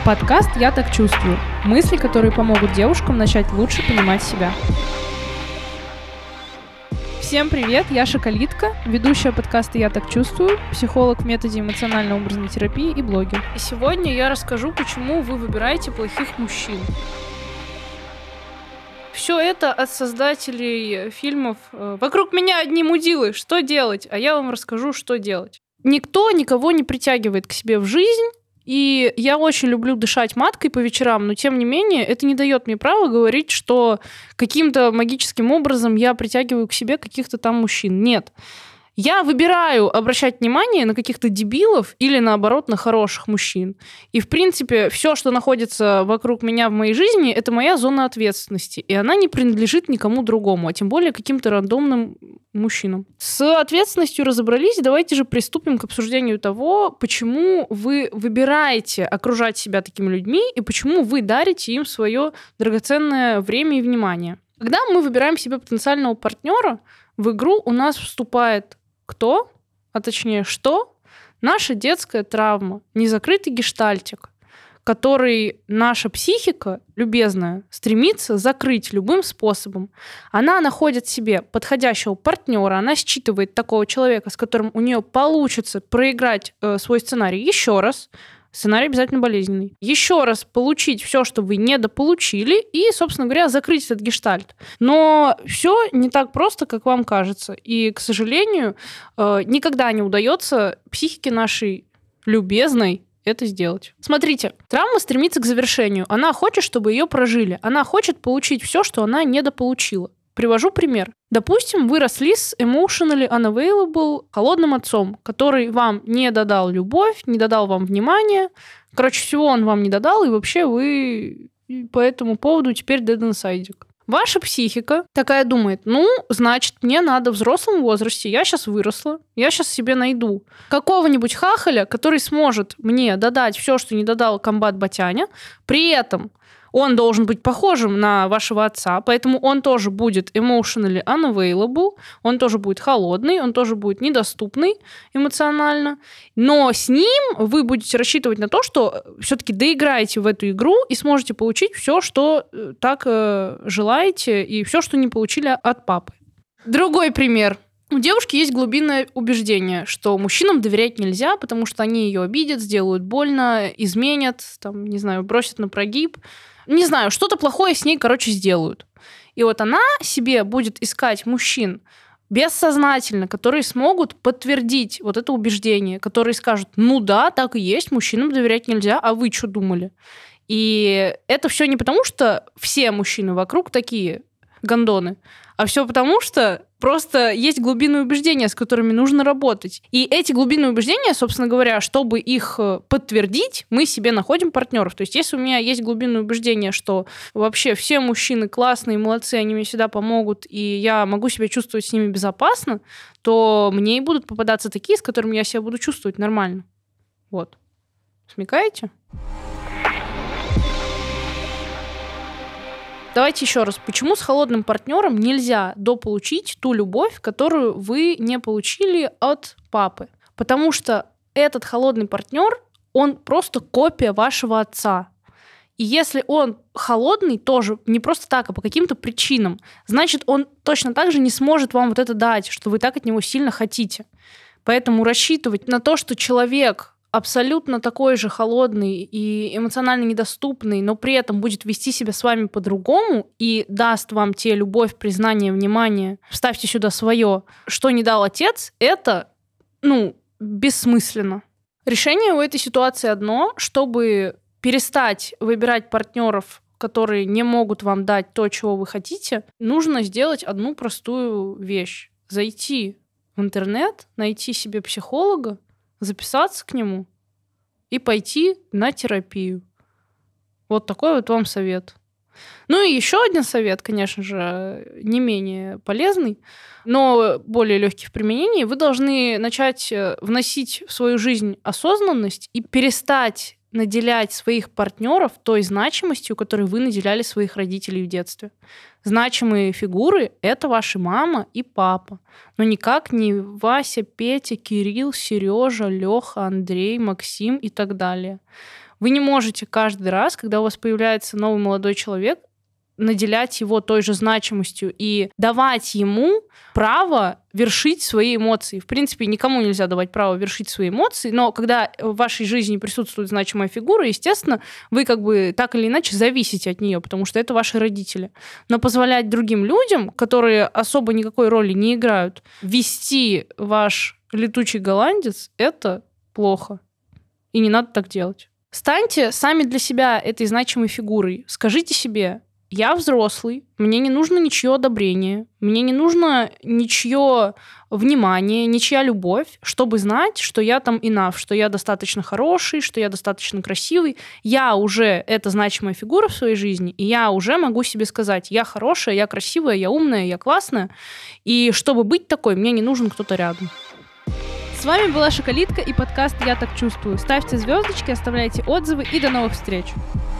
Подкаст «Я так чувствую». Мысли, которые помогут девушкам начать лучше понимать себя. Всем привет, я Шоколитка, ведущая подкаста «Я так чувствую», психолог в методе эмоционально-образной терапии и блогер. И сегодня я расскажу, почему вы выбираете плохих мужчин. Все это от создателей фильмов «Вокруг меня одни мудилы, что делать?» А я вам расскажу, что делать. Никто никого не притягивает к себе в жизнь, и я очень люблю дышать маткой по вечерам, но тем не менее это не дает мне права говорить, что каким-то магическим образом я притягиваю к себе каких-то там мужчин. Нет. Я выбираю обращать внимание на каких-то дебилов или, наоборот, на хороших мужчин. И, в принципе, все, что находится вокруг меня в моей жизни, это моя зона ответственности. И она не принадлежит никому другому, а тем более каким-то рандомным мужчинам. С ответственностью разобрались, давайте же приступим к обсуждению того, почему вы выбираете окружать себя такими людьми и почему вы дарите им свое драгоценное время и внимание. Когда мы выбираем себе потенциального партнера, в игру у нас вступает кто? А точнее, что? Наша детская травма, незакрытый гештальтик, который наша психика, любезная, стремится закрыть любым способом. Она находит себе подходящего партнера, она считывает такого человека, с которым у нее получится проиграть свой сценарий еще раз. Сценарий обязательно болезненный. Еще раз получить все, что вы недополучили, и, собственно говоря, закрыть этот гештальт. Но все не так просто, как вам кажется. И, к сожалению, никогда не удается психике нашей любезной это сделать. Смотрите, травма стремится к завершению. Она хочет, чтобы ее прожили. Она хочет получить все, что она недополучила. Привожу пример. Допустим, вы росли с emotionally unavailable холодным отцом, который вам не додал любовь, не додал вам внимания. Короче, всего он вам не додал, и вообще вы по этому поводу теперь dead inside. Ваша психика такая думает, значит, мне надо в взрослом возрасте, я сейчас выросла, я сейчас себе найду какого-нибудь хахаля, который сможет мне додать все, что не додал комбат-батяня, при этом он должен быть похожим на вашего отца, поэтому он тоже будет emotionally unavailable, он тоже будет холодный, он тоже будет недоступный эмоционально. Но с ним вы будете рассчитывать на то, что все-таки доиграете в эту игру и сможете получить все, что так желаете, и все, что не получили от папы. Другой пример. У девушки есть глубинное убеждение, что мужчинам доверять нельзя, потому что они ее обидят, сделают больно, изменят, бросят на прогиб. Не знаю, что-то плохое с ней, сделают. И вот она себе будет искать мужчин бессознательно, которые смогут подтвердить вот это убеждение, которые скажут, да, так и есть, мужчинам доверять нельзя, а вы что думали? И это все не потому, что все мужчины вокруг такие гондоны, а все потому, что просто есть глубинные убеждения, с которыми нужно работать. И эти глубинные убеждения, собственно говоря, чтобы их подтвердить, мы себе находим партнеров. То есть если у меня есть глубинное убеждение, что вообще все мужчины классные, молодцы, они мне всегда помогут, и я могу себя чувствовать с ними безопасно, то мне и будут попадаться такие, с которыми я себя буду чувствовать нормально. Вот. Смекаете? Давайте еще раз. Почему с холодным партнером нельзя дополучить ту любовь, которую вы не получили от папы? Потому что этот холодный партнер, он просто копия вашего отца. И если он холодный тоже не просто так, а по каким-то причинам, значит, он точно так же не сможет вам вот это дать, что вы так от него сильно хотите. Поэтому рассчитывать на то, что человек абсолютно такой же холодный и эмоционально недоступный, но при этом будет вести себя с вами по-другому и даст вам те любовь, признание, внимание, вставьте сюда свое, что не дал отец, это, бессмысленно. Решение у этой ситуации одно, чтобы перестать выбирать партнеров, которые не могут вам дать то, чего вы хотите, нужно сделать одну простую вещь. Зайти в интернет, найти себе психолога, записаться к нему и пойти на терапию. Вот такой вот вам совет. И еще один совет, конечно же, не менее полезный, но более легкий в применении. Вы должны начать вносить в свою жизнь осознанность и перестать наделять своих партнеров той значимостью, которой вы наделяли своих родителей в детстве. Значимые фигуры — это ваши мама и папа. Но никак не Вася, Петя, Кирилл, Сережа, Леха, Андрей, Максим и так далее. Вы не можете каждый раз, когда у вас появляется новый молодой человек, наделять его той же значимостью и давать ему право вершить свои эмоции. В принципе, никому нельзя давать право вершить свои эмоции, но когда в вашей жизни присутствует значимая фигура, естественно, вы как бы так или иначе зависите от нее, потому что это ваши родители. Но позволять другим людям, которые особо никакой роли не играют, вести ваш летучий голландец, это плохо. И не надо так делать. Станьте сами для себя этой значимой фигурой. Скажите себе: я взрослый, мне не нужно ничье одобрение, мне не нужно ничье внимание, ничья любовь, чтобы знать, что я там enough, что я достаточно хороший, что я достаточно красивый. Я уже эта значимая фигура в своей жизни, и я уже могу себе сказать: я хорошая, я красивая, я умная, я классная. И чтобы быть такой, мне не нужен кто-то рядом. С вами была Шоколитка и подкаст «Я так чувствую». Ставьте звездочки, оставляйте отзывы и до новых встреч!